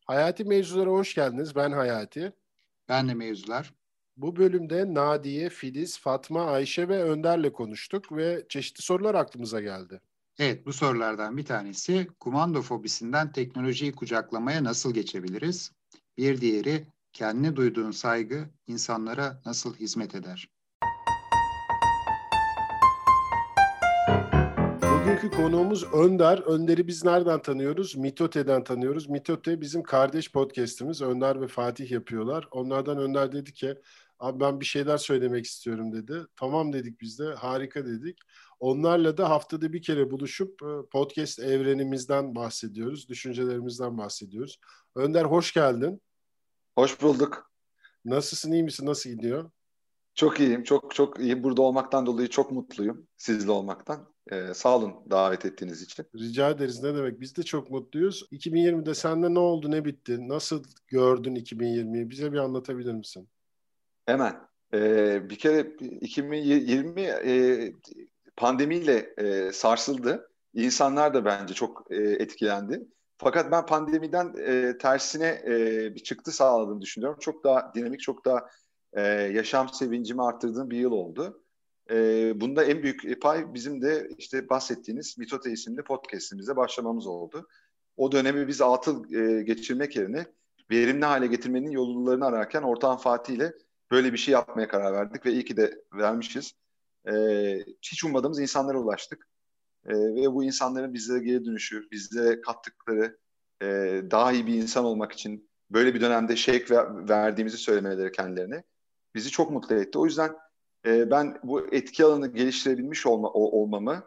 Hayati Mevzulara hoş geldiniz. Ben Hayati. Ben de Mevzular. Bu bölümde Nadiye, Filiz, Fatma, Ayşe ve Önder'le konuştuk ve çeşitli sorular aklımıza geldi. Evet, bu sorulardan bir tanesi kumando fobisinden teknolojiyi kucaklamaya nasıl geçebiliriz? Bir diğeri kendine duyduğun saygı insanlara nasıl hizmet eder? Bugünkü konuğumuz Önder. Önder'i biz nereden tanıyoruz? Mitote'den tanıyoruz. Mitote bizim kardeş podcast'imiz. Önder ve Fatih yapıyorlar. Onlardan Önder dedi ki, abi ben bir şeyler söylemek istiyorum dedi. Tamam dedik biz de, harika dedik. Onlarla da haftada bir kere buluşup podcast evrenimizden bahsediyoruz, düşüncelerimizden bahsediyoruz. Önder hoş geldin. Hoş bulduk. Nasılsın, iyi misin, nasıl gidiyor? Çok iyiyim, çok iyiyim. Burada olmaktan dolayı çok mutluyum. Sizle olmaktan. Sağ olun davet ettiğiniz için. Rica ederiz, ne demek. Biz de çok mutluyuz. 2020'de sende ne oldu, ne bitti? Nasıl gördün 2020'yi? Bize bir anlatabilir misin? Hemen. Bir kere 2020 pandemiyle sarsıldı. İnsanlar da bence çok etkilendi. Fakat ben pandemiden tersine bir çıktı sağladığını düşünüyorum. Çok daha dinamik, çok daha yaşam sevincimi arttırdığım bir yıl oldu. Bunda en büyük pay bizim de işte bahsettiğiniz Mitote isimli podcast'imize başlamamız oldu. O dönemi biz atıl geçirmek yerine verimli hale getirmenin yollarını ararken ortağım Fatih ile böyle bir şey yapmaya karar verdik ve iyi ki de vermişiz. Hiç ummadığımız insanlara ulaştık. Ve bu insanların bizlere geri dönüşü, bizlere kattıkları daha iyi bir insan olmak için böyle bir dönemde verdiğimizi söylemeleri kendilerine bizi çok mutlu etti. O yüzden ben bu etki alanı geliştirebilmiş olmamı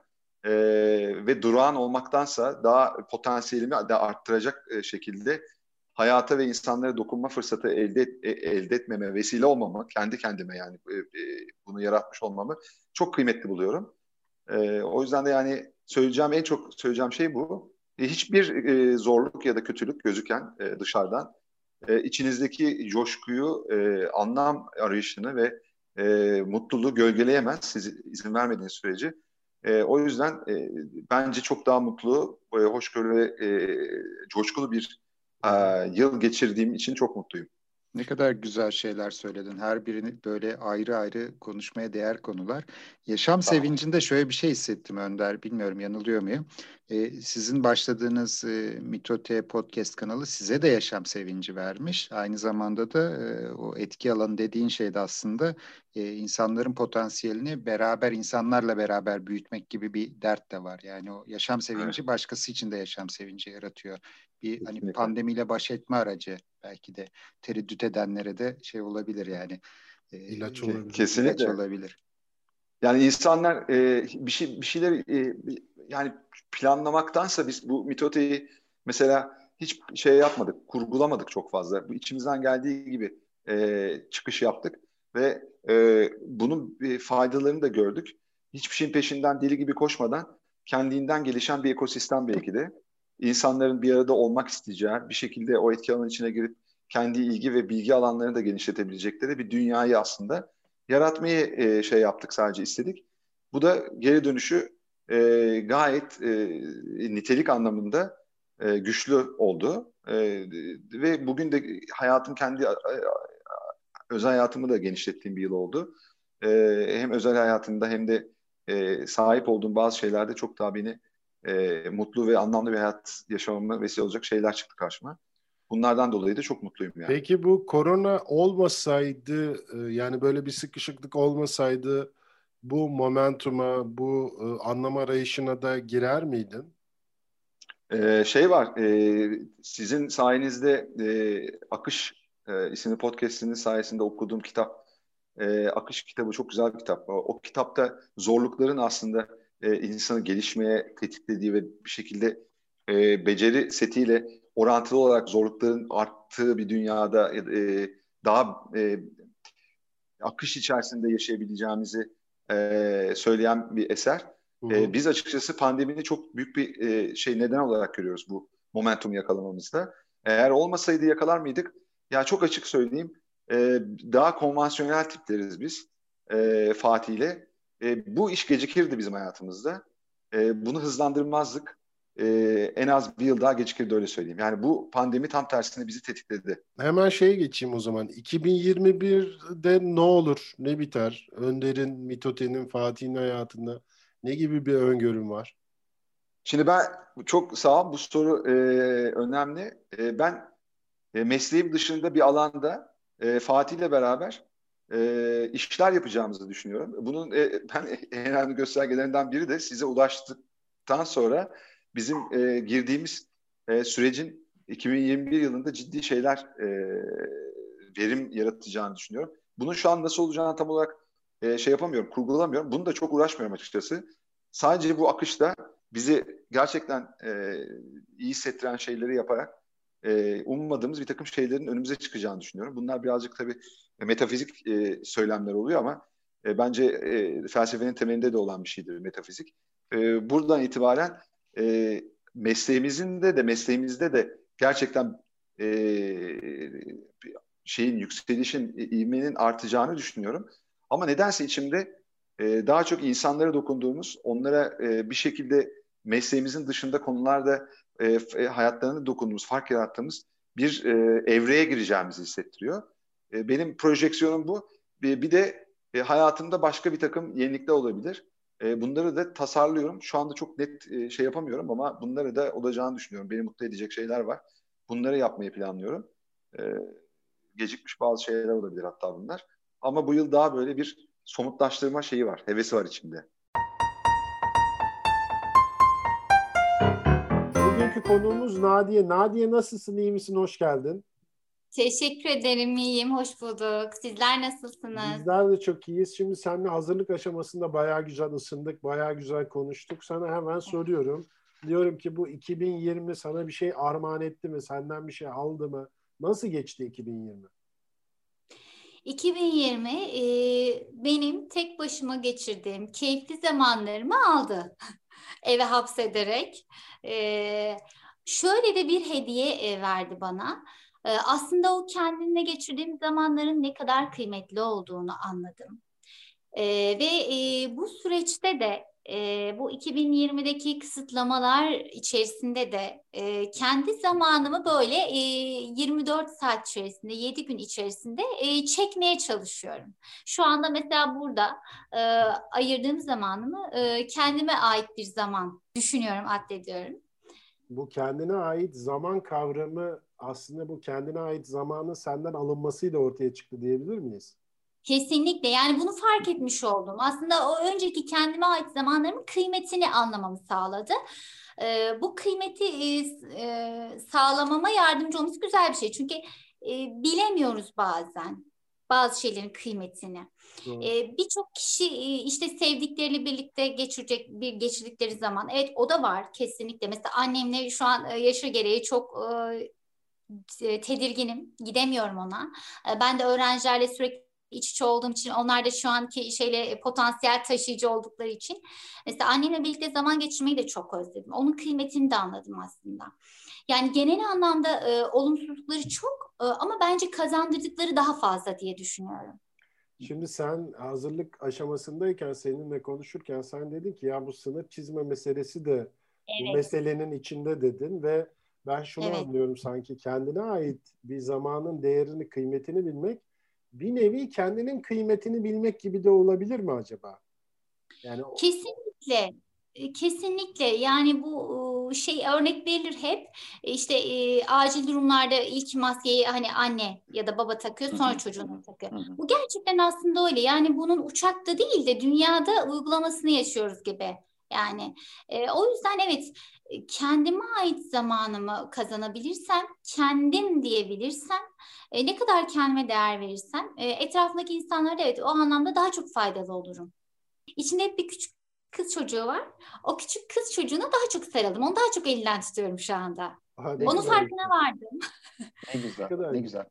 ve durağan olmaktansa daha potansiyelimi de arttıracak şekilde hayata ve insanlara dokunma fırsatı elde etmeme, vesile olmamı, kendi kendime yani bunu yaratmış olmamı çok kıymetli buluyorum. O yüzden de yani en çok söyleyeceğim şey bu. Hiçbir zorluk ya da kötülük gözüken dışarıdan içinizdeki coşkuyu, anlam arayışını ve mutluluğu gölgeleyemez siz izin vermediğiniz sürece. O yüzden bence çok daha mutlu, hoşgörü ve coşkulu bir yıl geçirdiğim için çok mutluyum. Ne kadar güzel şeyler söyledin. Her birini böyle ayrı ayrı konuşmaya değer konular. Yaşam sevincinde şöyle bir şey hissettim Önder. Bilmiyorum yanılıyor muyum? Sizin başladığınız Mitote Podcast kanalı size de yaşam sevinci vermiş. Aynı zamanda da o etki alanı dediğin şey de aslında insanların potansiyelini insanlarla beraber büyütmek gibi bir dert de var. Yani o yaşam sevinci başkası için de yaşam sevinci yaratıyor. Bir hani pandemiyle baş etme aracı belki de tereddüt edenlere de şey olabilir yani. İlaç olabilir. Kesinlikle. İlaç olabilir. Yani insanlar bir şeyler yani planlamaktansa biz bu mitoteyi mesela hiç şey yapmadık, kurgulamadık çok fazla. Bu içimizden geldiği gibi çıkış yaptık ve bunun faydalarını da gördük. Hiçbir şeyin peşinden deli gibi koşmadan kendinden gelişen bir ekosistem belki de. İnsanların bir arada olmak isteyeceği, bir şekilde o etki alanının içine girip kendi ilgi ve bilgi alanlarını da genişletebilecekleri bir dünyayı aslında yaratmayı şey yaptık, sadece istedik. Bu da geri dönüşü gayet nitelik anlamında güçlü oldu. Ve bugün de kendi özel hayatımı da genişlettiğim bir yıl oldu. Hem özel hayatımda hem de sahip olduğum bazı şeylerde çok daha beni mutlu ve anlamlı bir hayat yaşamama vesile olacak şeyler çıktı karşıma. Bunlardan dolayı da çok mutluyum yani. Peki bu korona olmasaydı, yani böyle bir sıkışıklık olmasaydı bu momentuma, bu anlam arayışına da girer miydin? Şey var, sizin sayenizde Akış isimli podcast'inin sayesinde okuduğum kitap, Akış kitabı çok güzel bir kitap. O kitapta zorlukların aslında insanı gelişmeye tetiklediği ve bir şekilde beceri setiyle orantılı olarak zorlukların arttığı bir dünyada daha akış içerisinde yaşayabileceğimizi söyleyen bir eser. Biz açıkçası pandeminin çok büyük bir neden olarak görüyoruz bu momentum yakalamamızda. Eğer olmasaydı yakalar mıydık? Ya çok açık söyleyeyim. Daha konvansiyonel tipleriz biz Fatih ile. Bu iş gecikirdi bizim hayatımızda. Bunu hızlandırmazdık. en az bir yıl daha gecikirdi, öyle söyleyeyim. Yani bu pandemi tam tersine bizi tetikledi. Hemen şeye geçeyim o zaman. 2021'de ne olur, ne biter? Önder'in, Mitote'nin, Fatih'in hayatında ne gibi bir öngörüm var? Şimdi ben çok sağ ol, bu soru önemli. Ben mesleğim dışında bir alanda Fatih ile beraber işler yapacağımızı düşünüyorum. Bunun ben en önemli göstergelerinden biri de size ulaştıktan sonra bizim girdiğimiz sürecin 2021 yılında ciddi şeyler verim yaratacağını düşünüyorum. Bunun şu an nasıl olacağını tam olarak şey yapamıyorum, kurgulamıyorum. Bunu da çok uğraşmıyorum açıkçası. Sadece bu akışta bizi gerçekten iyi hissettiren şeyleri yaparak ummadığımız bir takım şeylerin önümüze çıkacağını düşünüyorum. Bunlar birazcık tabii metafizik söylemler oluyor ama bence felsefenin temelinde de olan bir şeydir metafizik. Buradan itibaren mesleğimizde de gerçekten yükselişin, ivmenin artacağını düşünüyorum. Ama nedense içimde daha çok insanlara dokunduğumuz, onlara bir şekilde mesleğimizin dışında konularda hayatlarına dokunduğumuz, fark yarattığımız bir evreye gireceğimizi hissettiriyor. Benim projeksiyonum bu. Bir de hayatımda başka bir takım yenilikler olabilir. Bunları da tasarlıyorum. Şu anda çok net şey yapamıyorum ama bunları da olacağını düşünüyorum. Beni mutlu edecek şeyler var. Bunları yapmayı planlıyorum. Gecikmiş bazı şeyler olabilir hatta bunlar. Ama bu yıl daha böyle bir somutlaştırma şeyi var, hevesi var içimde. Bugünkü konuğumuz Nadiye. Nadiye nasılsın, iyi misin? Hoş geldin. Teşekkür ederim, iyiyim, hoş bulduk. Sizler nasılsınız? Bizler de çok iyiyiz. Şimdi seninle hazırlık aşamasında bayağı güzel ısındık, bayağı güzel konuştuk. Sana hemen soruyorum. Diyorum ki bu 2020 sana bir şey armağan etti mi? Senden bir şey aldı mı? Nasıl geçti 2020? 2020 benim tek başıma geçirdiğim keyifli zamanlarımı aldı. Eve hapsederek. Şöyle de bir hediye verdi bana. Aslında o kendimle geçirdiğim zamanların ne kadar kıymetli olduğunu anladım. Ve bu süreçte de bu 2020'deki kısıtlamalar içerisinde de kendi zamanımı böyle 24 saat içerisinde, 7 gün içerisinde çekmeye çalışıyorum. Şu anda mesela burada ayırdığım zamanımı kendime ait bir zaman düşünüyorum, addediyorum. Bu kendine ait zaman kavramı aslında bu kendine ait zamanın senden alınmasıyla ortaya çıktı diyebilir miyiz? Kesinlikle, yani bunu fark etmiş oldum. Aslında o önceki kendime ait zamanlarımın kıymetini anlamamı sağladı. Bu kıymeti sağlamama yardımcı olması güzel bir şey. Çünkü bilemiyoruz bazen bazı şeylerin kıymetini. Birçok kişi işte sevdikleriyle birlikte geçirdikleri zaman, evet o da var kesinlikle. Mesela annemle şu an yaşı gereği çok tedirginim, gidemiyorum ona. Ben de öğrencilerle sürekli iç içe olduğum için, onlar da şu anki potansiyel taşıyıcı oldukları için mesela annemle birlikte zaman geçirmeyi de çok özledim. Onun kıymetini de anladım aslında. Yani genel anlamda olumsuzlukları çok ama bence kazandırdıkları daha fazla diye düşünüyorum. Şimdi sen hazırlık aşamasındayken seninle konuşurken sen dedin ki ya bu sınır çizme meselesi de bu meselenin içinde dedin ve ben şunu anlıyorum, sanki kendine ait bir zamanın değerini, kıymetini bilmek bir nevi kendinin kıymetini bilmek gibi de olabilir mi acaba? Yani kesinlikle. Kesinlikle, yani bu örnek verilir hep işte acil durumlarda ilk maskeyi hani anne ya da baba takıyor, sonra çocuğunu takıyor. Bu gerçekten aslında öyle, yani bunun uçakta değil de dünyada uygulamasını yaşıyoruz gibi. Yani o yüzden evet, kendime ait zamanımı kazanabilirsem, kendim diyebilirsem, ne kadar kendime değer verirsem etrafındaki insanlara da evet o anlamda daha çok faydalı olurum. İçinde hep bir küçük kız çocuğu var. O küçük kız çocuğuna daha çok sarıldım. Onu daha çok elinden tutuyorum şu anda. Onun farkına vardım. Ne güzel, Ne kadar ne güzel. güzel.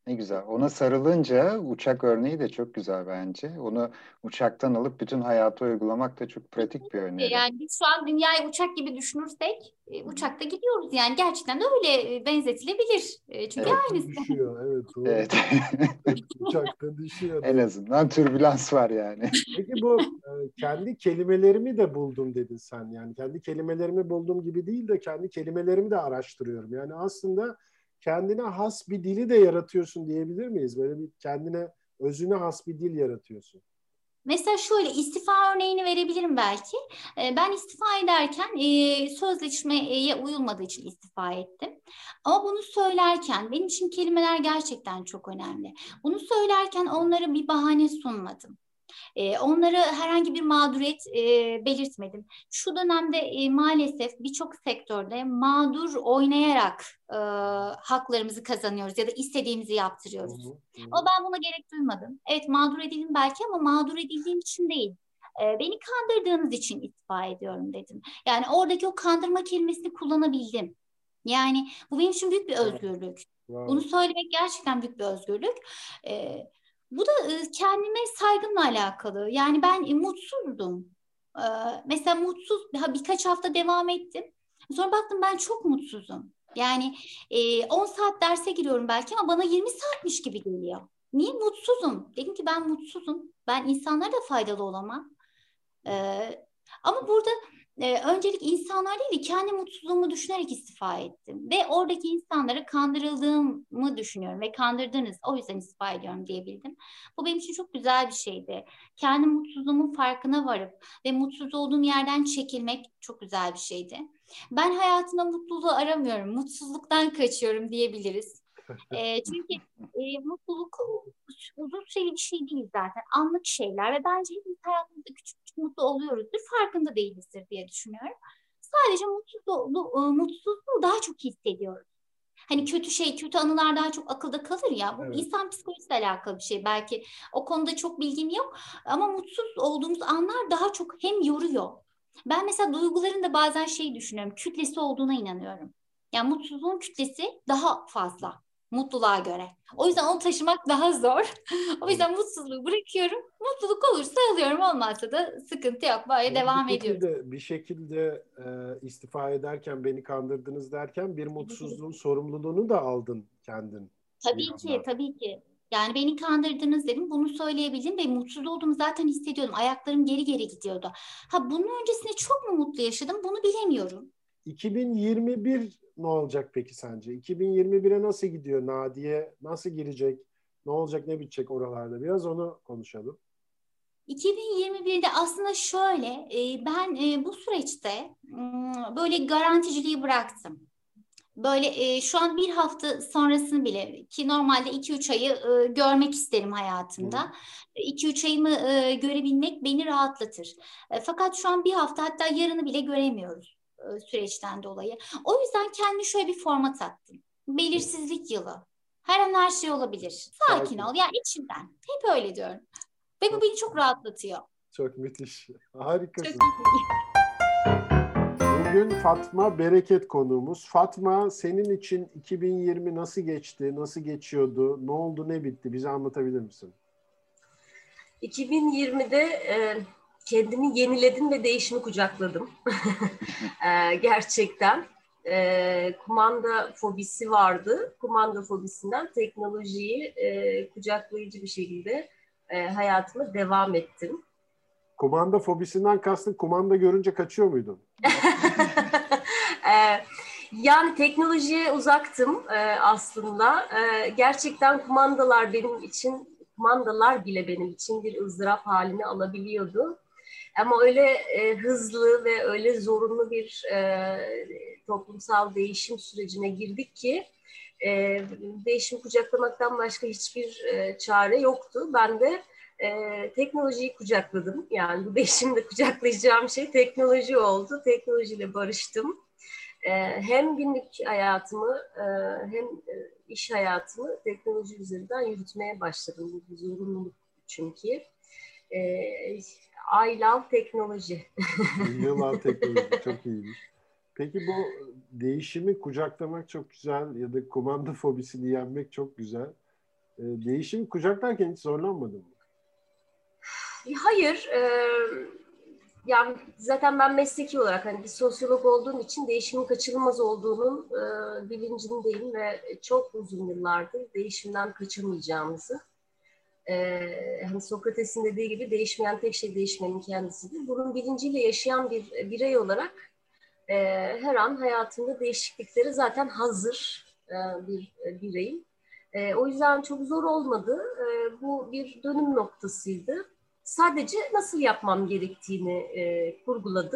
Ne güzel. Ona sarılınca uçak örneği de çok güzel bence. Onu uçaktan alıp bütün hayata uygulamak da çok pratik bir öneri. Yani biz şu an dünyayı uçak gibi düşünürsek uçakta gidiyoruz. Yani gerçekten de öyle benzetilebilir. Çünkü Evet. aynısı. Düşüyor. Evet, doğru. Evet. Uçakta düşüyor. En azından türbülans var yani. Peki bu kendi kelimelerimi de buldum dedin sen. Yani kendi kelimelerimi buldum gibi değil de kendi kelimelerimi de araştırıyorum. Yani aslında kendine has bir dili de yaratıyorsun diyebilir miyiz? Böyle bir kendine özüne has bir dil yaratıyorsun. Mesela şöyle istifa örneğini verebilirim belki. Ben istifa ederken sözleşmeye uyulmadığı için istifa ettim. Ama bunu söylerken benim için kelimeler gerçekten çok önemli. Bunu söylerken onlara bir bahane sunmadım. Onlara herhangi bir mağduriyet belirtmedim. Şu dönemde maalesef birçok sektörde mağdur oynayarak haklarımızı kazanıyoruz ya da istediğimizi yaptırıyoruz. Ama ben buna gerek duymadım. Evet mağdur edildim belki ama mağdur edildiğim için değil. Beni kandırdığınız için istifa ediyorum dedim. Yani oradaki o kandırma kelimesini kullanabildim. Yani bu benim için büyük bir özgürlük. Bunu söylemek gerçekten büyük bir özgürlük. Bu da kendime saygımla alakalı. Yani ben mutsuzdum. Mesela birkaç hafta devam ettim. Sonra baktım ben çok mutsuzum. Yani 10 saat derse giriyorum belki ama bana 20 saatmiş gibi geliyor. Niye mutsuzum? Dedim ki ben mutsuzum. Ben insanlara da faydalı olamam. Ama burada öncelik insanlar değil de kendi mutsuzluğumu düşünerek istifa ettim. Ve oradaki insanlara kandırıldığımı düşünüyorum ve kandırdınız. O yüzden istifa ediyorum diyebildim. Bu benim için çok güzel bir şeydi. Kendi mutsuzluğumun farkına varıp ve mutsuz olduğum yerden çekilmek çok güzel bir şeydi. Ben hayatımda mutluluğu aramıyorum. Mutsuzluktan kaçıyorum diyebiliriz. Çünkü mutluluk uzun süreli bir şey değil zaten. Anlık şeyler ve bence biz hayatımızda küçük küçük mutlu oluyoruzdur. Farkında değilizdir diye düşünüyorum. Sadece mutsuzluğu daha çok hissediyoruz. Hani kötü anılar daha çok akılda kalır ya. Bu insan psikolojisiyle alakalı bir şey. Belki o konuda çok bilgim yok. Ama mutsuz olduğumuz anlar daha çok hem yoruyor. Ben mesela duyguların da bazen düşünüyorum. Kütlesi olduğuna inanıyorum. Yani mutsuzluğun kütlesi daha fazla mutluluğa göre. O yüzden onu taşımak daha zor. O yüzden mutsuzluğu bırakıyorum. Mutluluk olursa alıyorum, olmazsa da sıkıntı yok. Böyle devam ediyoruz. Bir şekilde istifa ederken beni kandırdınız derken bir mutsuzluğun sorumluluğunu da aldın kendin. Tabii ki. Yani beni kandırdınız dedim. Bunu söyleyebildim ve mutsuz olduğumu zaten hissediyordum. Ayaklarım geri geri gidiyordu. Bunun öncesinde çok mu mutlu yaşadım? Bunu bilemiyorum. 2021 ne olacak peki sence? 2021'e nasıl gidiyor Nadiye? Nasıl girecek? Ne olacak, ne bitecek oralarda? Biraz onu konuşalım. 2021'de aslında şöyle, ben bu süreçte böyle garanticiliği bıraktım. Böyle şu an bir hafta sonrasını bile, ki normalde 2-3 ayı görmek isterim hayatımda. 2-3 ayımı görebilmek beni rahatlatır. Fakat şu an bir hafta, hatta yarını bile göremiyoruz süreçten dolayı. O yüzden kendime şöyle bir format attım. Belirsizlik yılı. Her an her şey olabilir. Sakin ol. Yani içimden. Hep öyle diyorum. Ve bu beni çok rahatlatıyor. Çok müthiş. Harikasın. Çok iyi. Bugün Fatma Bereket konuğumuz. Fatma, senin için 2020 nasıl geçti, nasıl geçiyordu, ne oldu, ne bitti? Bize anlatabilir misin? 2020'de kendimi yeniledim ve değişimi kucakladım. Gerçekten. Kumanda fobisi vardı. Kumanda fobisinden teknolojiyi kucaklayıcı bir şekilde hayatıma devam ettim. Kumanda fobisinden kastın kumanda görünce kaçıyor muydun? Yani teknolojiye uzaktım aslında. Gerçekten kumandalar bile benim için bir ızdırap halini alabiliyordu. Ama öyle hızlı ve öyle zorunlu bir toplumsal değişim sürecine girdik ki değişimi kucaklamaktan başka hiçbir çare yoktu. Ben de teknolojiyi kucakladım. Yani bu değişimde kucaklayacağım şey teknoloji oldu. Teknolojiyle barıştım. Hem günlük hayatımı hem iş hayatımı teknoloji üzerinden yürütmeye başladım. Bu bir zorunluluk çünkü. I love teknoloji. You love teknoloji. Çok iyiymiş. Peki bu değişimi kucaklamak çok güzel ya da kumanda fobisini yenmek çok güzel. Değişimi kucaklarken hiç zorlanmadın mı? Hayır. Yani zaten ben mesleki olarak hani bir sosyolog olduğum için değişimin kaçınılmaz olduğunun bilincindeyim ve çok uzun yıllardır değişimden kaçamayacağımızı, hani Sokrates'in dediği gibi değişmeyen tek şey değişmenin kendisidir. Bunun bilinciyle yaşayan bir birey olarak her an hayatında değişiklikleri zaten hazır bir bireyim. O yüzden çok zor olmadı. Bu bir dönüm noktasıydı. Sadece nasıl yapmam gerektiğini kurguladım.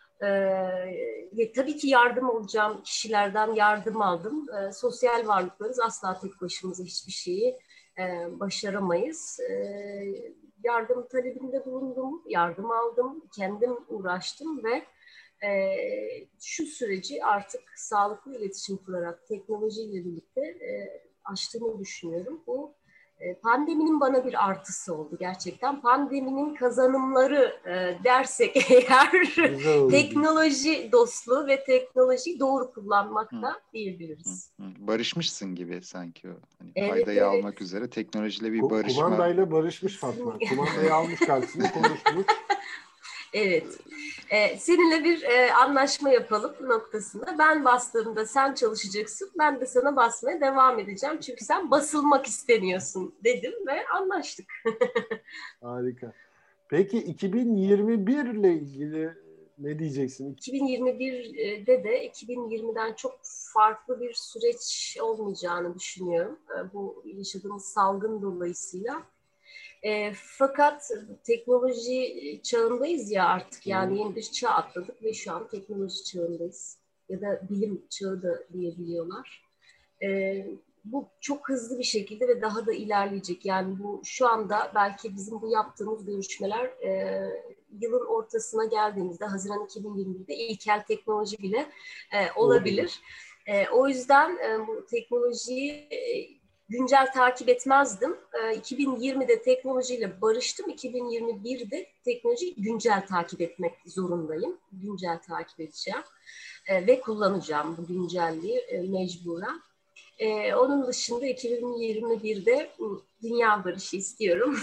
Tabii ki yardım alacağım kişilerden yardım aldım. Sosyal varlıklarız. Asla tek başımıza hiçbir şeyi başaramayız. Yardım talebinde bulundum, yardım aldım, kendim uğraştım ve şu süreci artık sağlıklı iletişim kurarak teknolojiyle birlikte aştığımı düşünüyorum. Bu pandeminin bana bir artısı oldu gerçekten. Pandeminin kazanımları dersek eğer teknoloji dostluğu ve teknolojiyi doğru kullanmakta diyebiliriz. Barışmışsın gibi sanki o. Hani Evet, faydayı almak üzere teknolojiyle bir barışma. Kumandayla barışmış Fatma. Kumandayı almış karşısına konuşmuş. Evet. Seninle bir anlaşma yapalım noktasında. Ben bastığımda sen çalışacaksın. Ben de sana basmaya devam edeceğim. Çünkü sen basılmak istemiyorsun dedim ve anlaştık. Harika. Peki 2021 ile ilgili ne diyeceksin? 2021'de de 2020'den çok farklı bir süreç olmayacağını düşünüyorum. Bu yaşadığımız salgın dolayısıyla. Fakat teknoloji çağındayız ya artık, yani yeni bir çağ atladık ve şu an teknoloji çağındayız ya da bilim çağı da diyebiliyorlar. Bu çok hızlı bir şekilde ve daha da ilerleyecek. Yani bu şu anda belki bizim bu yaptığımız görüşmeler yılın ortasına geldiğimizde Haziran 2021'de ilkel teknoloji bile olabilir. O yüzden bu teknolojiyi güncel takip etmezdim. 2020'de teknolojiyle barıştım. 2021'de teknolojiyi güncel takip etmek zorundayım. Güncel takip edeceğim ve kullanacağım bu güncelliği mecburen. Onun dışında 2021'de dünya barışı istiyorum.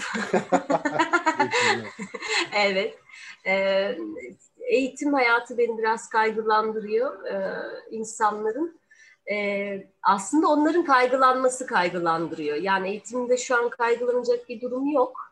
Evet. Eğitim hayatı beni biraz kaygılandırıyor. İnsanların aslında onların kaygılanması kaygılandırıyor. Yani eğitimde şu an kaygılanacak bir durum yok.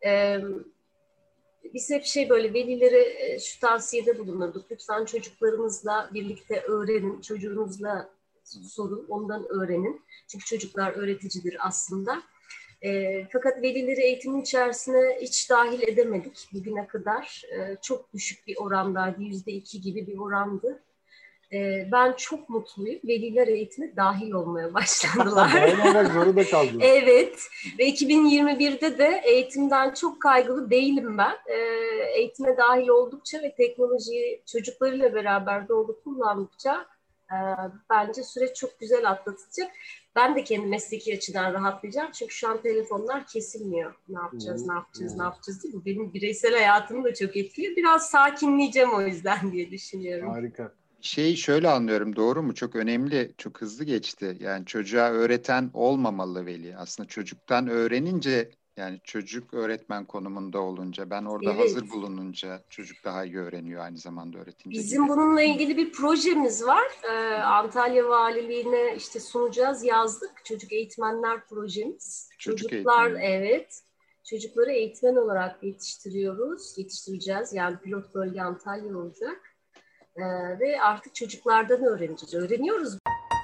Biz hep böyle velilere şu tavsiyede bulunurduk. Lütfen çocuklarınızla birlikte öğrenin, çocuğunuzla sorun, ondan öğrenin. Çünkü çocuklar öğreticidir aslında. Fakat velileri eğitimin içerisine hiç dahil edemedik bugüne kadar. Çok düşük bir orandaydı, %2 gibi bir orandı. Ben çok mutluyum. Veliler eğitime dahil olmaya başladılar. Dahil olmak zorunda kaldılar. Evet. Ve 2021'de de eğitimden çok kaygılı değilim ben. Eğitime dahil oldukça ve teknolojiyi çocuklarıyla beraber doğru kullandıkça bence süreç çok güzel atlatılacak. Ben de kendi mesleki açıdan rahatlayacağım. Çünkü şu an telefonlar kesilmiyor. Ne yapacağız, ne yapacağız, ne yapacağız değil mi? Benim bireysel hayatımı da çok etkiliyor. Biraz sakinleyeceğim o yüzden diye düşünüyorum. Harika. Şöyle anlıyorum, doğru mu? Çok önemli, çok hızlı geçti. Yani çocuğa öğreten olmamalı veli. Aslında çocuktan öğrenince, yani çocuk öğretmen konumunda olunca, ben orada hazır bulununca çocuk daha iyi öğreniyor aynı zamanda öğretince. Bizim gibi. Bununla ilgili bir projemiz var. Antalya Valiliğine sunacağız, yazdık. Çocuk Eğitmenler projemiz. Çocuklar, eğitmenler. Evet. Çocukları eğitmen olarak yetiştireceğiz. Yani pilot bölge Antalya olacak. Ve artık çocuklardan öğreneceğiz. Öğreniyoruz.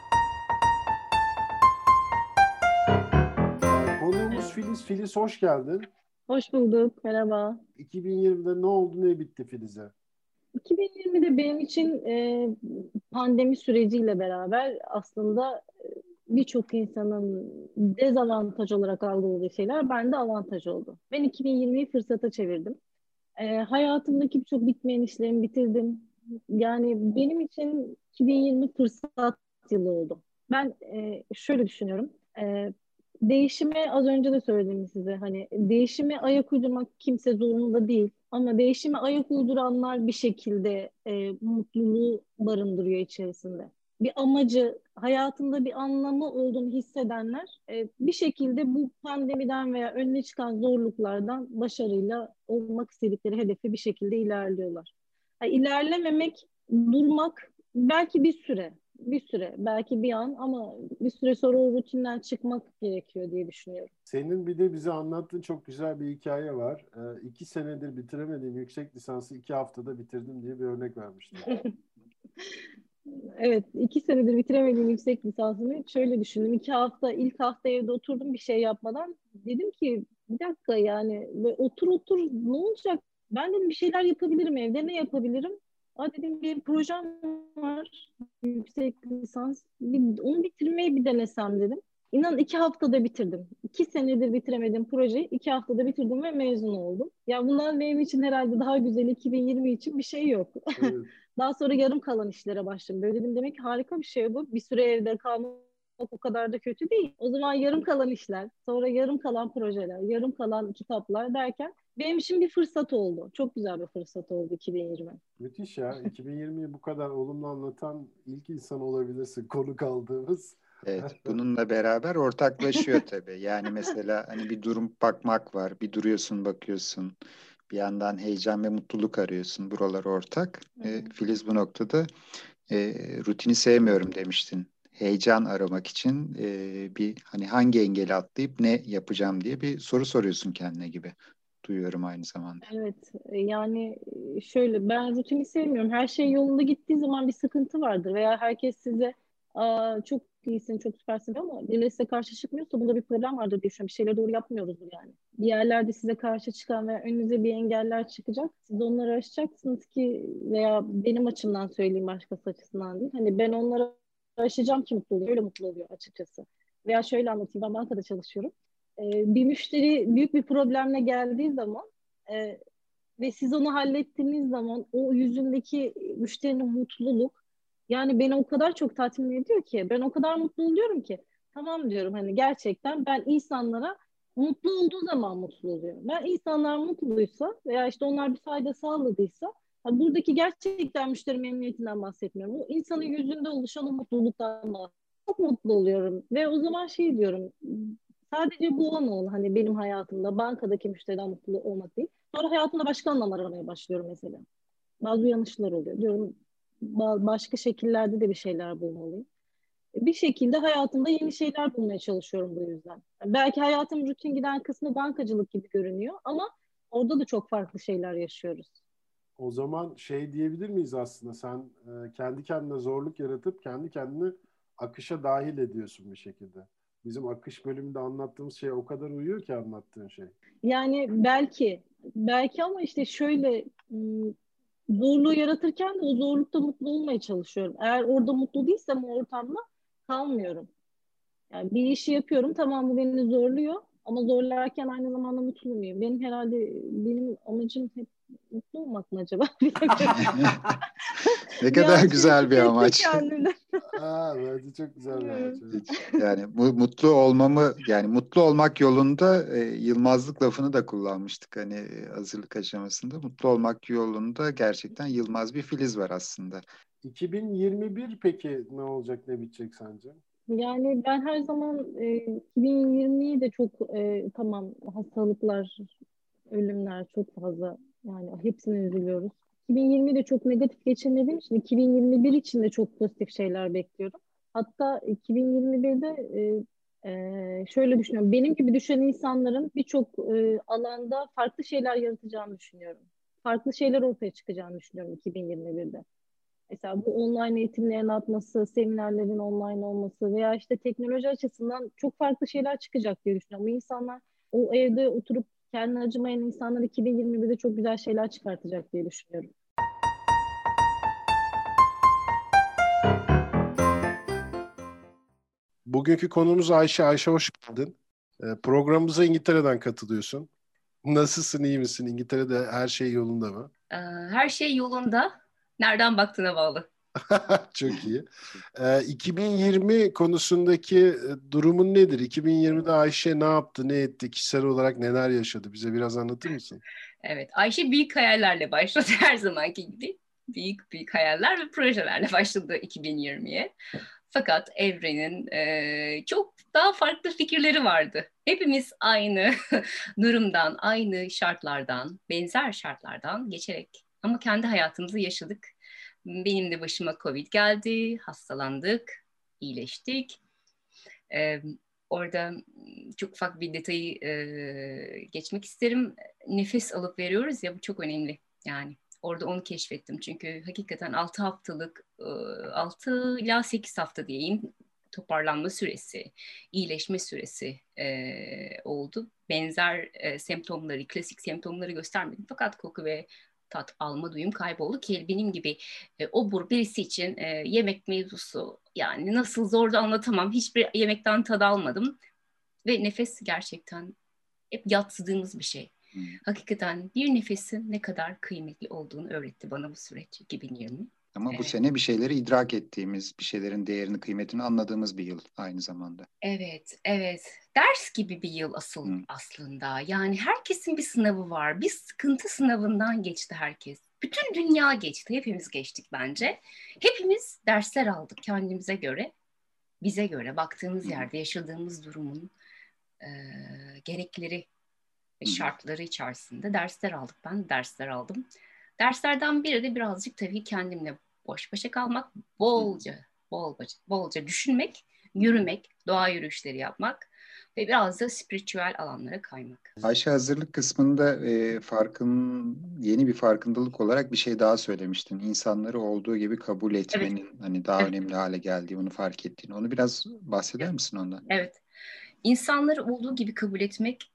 Konuğumuz Filiz. Filiz hoş geldin. Hoş bulduk. Merhaba. 2020'de ne oldu, ne bitti Filiz'e? 2020'de benim için pandemi süreciyle beraber aslında birçok insanın dezavantaj olarak algıladığı şeyler bende avantaj oldu. Ben 2020'yi fırsata çevirdim. Hayatımdaki birçok bitmeyen işlerimi bitirdim. Yani benim için 2020 fırsat yılı oldu. Ben şöyle düşünüyorum. Değişime az önce de söyledim size, hani değişime ayak uydurmak kimse zorunda değil ama değişime ayak uyduranlar bir şekilde mutluluğu barındırıyor içerisinde. bir amacı, hayatında bir anlamı olduğunu hissedenler bir şekilde bu pandemiden veya önüne çıkan zorluklardan başarıyla olmak istedikleri hedefe bir şekilde ilerliyorlar. Yani ilerlememek, durmak belki bir süre, belki bir an ama bir süre sonra o rutinden çıkmak gerekiyor diye düşünüyorum. Senin bir de bize anlattığın çok güzel bir hikaye var. 2 senedir bitiremediğim yüksek lisansı 2 haftada bitirdim diye bir örnek vermiştin. Evet, 2 senedir bitiremediğim yüksek lisansımı şöyle düşündüm. İlk hafta evde oturdum bir şey yapmadan. Dedim ki bir dakika yani otur ne olacak? Ben dedim bir şeyler yapabilirim evde, ne yapabilirim? Dedim bir projem var, yüksek lisans. Onu bitirmeyi bir denesem dedim. İnan 2 haftada bitirdim. 2 senedir bitiremediğim projeyi 2 haftada bitirdim ve mezun oldum. Ya bundan benim için herhalde daha güzel 2020 için bir şey yok. Evet. Daha sonra yarım kalan işlere başladım. Böyle dedim demek ki harika bir şey bu. Bir süre evde kalmak o kadar da kötü değil. O zaman yarım kalan işler, sonra yarım kalan projeler, yarım kalan kitaplar derken benim için bir fırsat oldu. Çok güzel bir fırsat oldu 2020. Müthiş ya. 2020'yi bu kadar olumlu anlatan ilk insan olabilirsin konuk aldığımız. Evet, bununla beraber ortaklaşıyor tabii. Yani mesela hani bir durum bakmak var, bir duruyorsun, bakıyorsun. Bir yandan heyecan ve mutluluk arıyorsun. Buralar ortak. Filiz bu noktada rutini sevmiyorum demiştin. Heyecan aramak için bir hani hangi engeli atlayıp ne yapacağım diye bir soru soruyorsun kendine gibi. Duyuyorum aynı zamanda. Evet, yani şöyle ben rutini sevmiyorum. Her şey yolunda gittiği zaman bir sıkıntı vardır veya herkes size çok iyisin, çok süpersin ama birileri size karşı çıkmıyorsa bunda bir problem vardır diye düşünüyorum. Bir şeyleri doğru yapmıyoruzdur yani. Bir yerlerde size karşı çıkan veya önünüze bir engeller çıkacak. Siz onları aşacaksınız ki veya benim açımdan söyleyeyim başkası açısından değil. Hani ben onları aşacağım ki mutlu oluyor. Öyle mutlu oluyor açıkçası. Veya şöyle anlatayım, ben bankada çalışıyorum. Bir müşteri büyük bir problemle geldiği zaman ve siz onu hallettiğiniz zaman o yüzündeki müşterinin mutluluk yani beni o kadar çok tatmin ediyor ki ben o kadar mutlu oluyorum ki tamam diyorum hani gerçekten ben insanlara mutlu olduğu zaman mutlu oluyorum. Ben insanlar mutluysa veya işte onlar bir fayda sağladıysa buradaki gerçekten müşteri memnuniyetinden bahsetmiyorum. O insanın yüzünde oluşan o mutluluktan bahsediyorum. Çok mutlu oluyorum ve o zaman şey diyorum sadece bu an ol hani benim hayatımda bankadaki müşteriden mutlu olmak değil. Sonra hayatımda başka anlamlar aramaya başlıyorum mesela. Bazı uyanışlar oluyor. Diyorum başka şekillerde de bir şeyler bulmalıyım. Bir şekilde hayatımda yeni şeyler bulmaya çalışıyorum bu yüzden. Belki hayatım rutin giden kısmı bankacılık gibi görünüyor ama orada da çok farklı şeyler yaşıyoruz. O zaman şey diyebilir miyiz aslında sen kendi kendine zorluk yaratıp kendi kendini akışa dahil ediyorsun bir şekilde. Bizim akış bölümünde anlattığımız şey o kadar uyuyor ki anlattığın şey. Yani belki ama işte şöyle zorluğu yaratırken de o zorlukta mutlu olmaya çalışıyorum. Eğer orada mutlu değilsem o ortamda kalmıyorum. Yani bir işi yapıyorum tamam bu beni zorluyor ama zorlarken aynı zamanda mutlu muyum? Benim amacım hep mutlu olmak mı acaba? Ne kadar güzel bir amaç. Bence çok güzel bir amaç. Evet. Yani mutlu olmamı yani mutlu olmak yolunda yılmazlık lafını da kullanmıştık hani hazırlık aşamasında. Mutlu olmak yolunda gerçekten yılmaz bir Filiz var aslında. 2021 peki ne olacak ne bitecek sence? Yani ben her zaman 2020'yi de çok tamam hastalıklar, ölümler çok fazla yani hepsine üzülüyoruz. 2020'yi de çok negatif geçirmediğim için 2021 için de çok pozitif şeyler bekliyorum. Hatta 2021'de şöyle düşünüyorum. Benim gibi düşünen insanların birçok alanda farklı şeyler yaratacağını düşünüyorum. Farklı şeyler ortaya çıkacağını düşünüyorum 2021'de. Mesela bu online eğitimlerin artması, seminerlerin online olması veya işte teknoloji açısından çok farklı şeyler çıkacak diye düşünüyorum. Bu insanlar o evde oturup kendine acımayan insanlar 2021'de çok güzel şeyler çıkartacak diye düşünüyorum. Bugünkü konumuz Ayşe. Ayşe hoş geldin. Programımıza İngiltere'den katılıyorsun. Nasılsın, iyi misin? İngiltere'de her şey yolunda mı? Her şey yolunda. Nereden baktığına bağlı. Çok iyi. 2020 konusundaki durumun nedir? 2020'de Ayşe ne yaptı, ne etti? Kişisel olarak neler yaşadı? Bize biraz anlatır mısın? Evet, Ayşe büyük hayallerle başladı her zamanki gibi. büyük büyük hayaller ve projelerle başladı 2020'ye. Fakat evrenin çok daha farklı fikirleri vardı. Hepimiz aynı durumdan, aynı şartlardan, benzer şartlardan geçerek ama kendi hayatımızı yaşadık. Benim de başıma Covid geldi, hastalandık, iyileştik. Orada çok ufak bir detayı geçmek isterim. Nefes alıp veriyoruz ya, bu çok önemli. Yani orada onu keşfettim. Çünkü hakikaten 6 haftalık, 6 ila 8 hafta diyeyim toparlanma süresi, iyileşme süresi oldu. Benzer semptomları, klasik semptomları göstermedim. Fakat koku ve tat alma duyum kayboldu ki benim gibi obur birisi için yemek mevzusu yani nasıl zor da anlatamam. Hiçbir yemekten tad almadım ve nefes gerçekten hep yadsıdığımız bir şey. Hakikaten bir nefesin ne kadar kıymetli olduğunu öğretti bana bu süreç 2020. Ama bu sene bir şeyleri idrak ettiğimiz, bir şeylerin değerini, kıymetini anladığımız bir yıl aynı zamanda. Evet, evet. Ders gibi bir yıl aslında. Yani herkesin bir sınavı var. Bir sıkıntı sınavından geçti herkes. Bütün dünya geçti. Hepimiz geçtik bence. Hepimiz dersler aldık kendimize göre. Bize göre baktığımız yerde yaşadığımız durumun gerekleri ve şartları içerisinde dersler aldık. Ben dersler aldım. Derslerden biri de birazcık tabii kendimle baş başa kalmak, bolca düşünmek, yürümek, doğa yürüyüşleri yapmak ve biraz da spiritüel alanlara kaymak. Ayşe, hazırlık kısmında yeni bir farkındalık olarak bir şey daha söylemiştin. İnsanları olduğu gibi kabul etmenin hani daha önemli hale geldiği, onu fark ettiğini. Onu biraz bahseder misin ondan? Evet. İnsanları olduğu gibi kabul etmek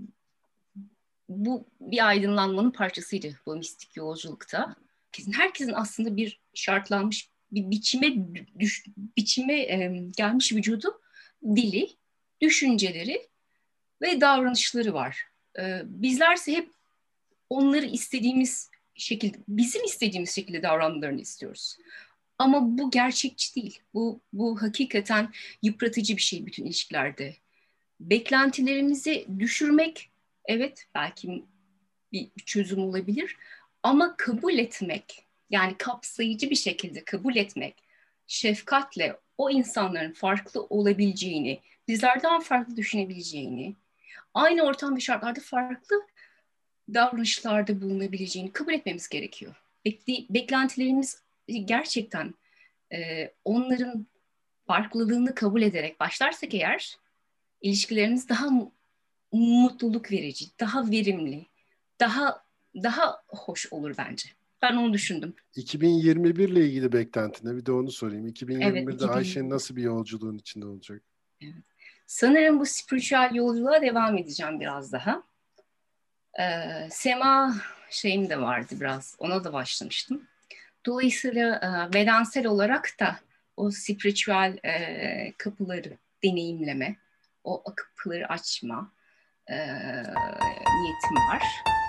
bu bir aydınlanmanın parçasıydı bu mistik yolculukta. Herkesin aslında bir şartlanmış bir biçime gelmiş vücudu, dili, düşünceleri ve davranışları var. Bizlerse hep onları istediğimiz şekilde, bizim istediğimiz şekilde davranmalarını istiyoruz. Ama bu gerçekçi değil. Bu hakikaten yıpratıcı bir şey bütün ilişkilerde. Beklentilerimizi düşürmek, evet belki bir çözüm olabilir. Ama kabul etmek, yani kapsayıcı bir şekilde kabul etmek, şefkatle o insanların farklı olabileceğini, bizlerden farklı düşünebileceğini, aynı ortam ve şartlarda farklı davranışlarda bulunabileceğini kabul etmemiz gerekiyor. Beklentilerimiz gerçekten onların farklılığını kabul ederek başlarsak eğer, ilişkilerimiz daha mutluluk verici, daha verimli, daha hoş olur bence. Ben onu düşündüm. 2021 ile ilgili beklentine bir de onu sorayım. 2021'de Evet, Ayşe'nin nasıl bir yolculuğun içinde olacak? Evet. Sanırım bu spiritüel yolculuğa devam edeceğim biraz daha. Sema şeyim de vardı biraz. Ona da başlamıştım. Dolayısıyla bedensel olarak da o spiritüel kapıları deneyimleme, o kapıları açma niyetim var.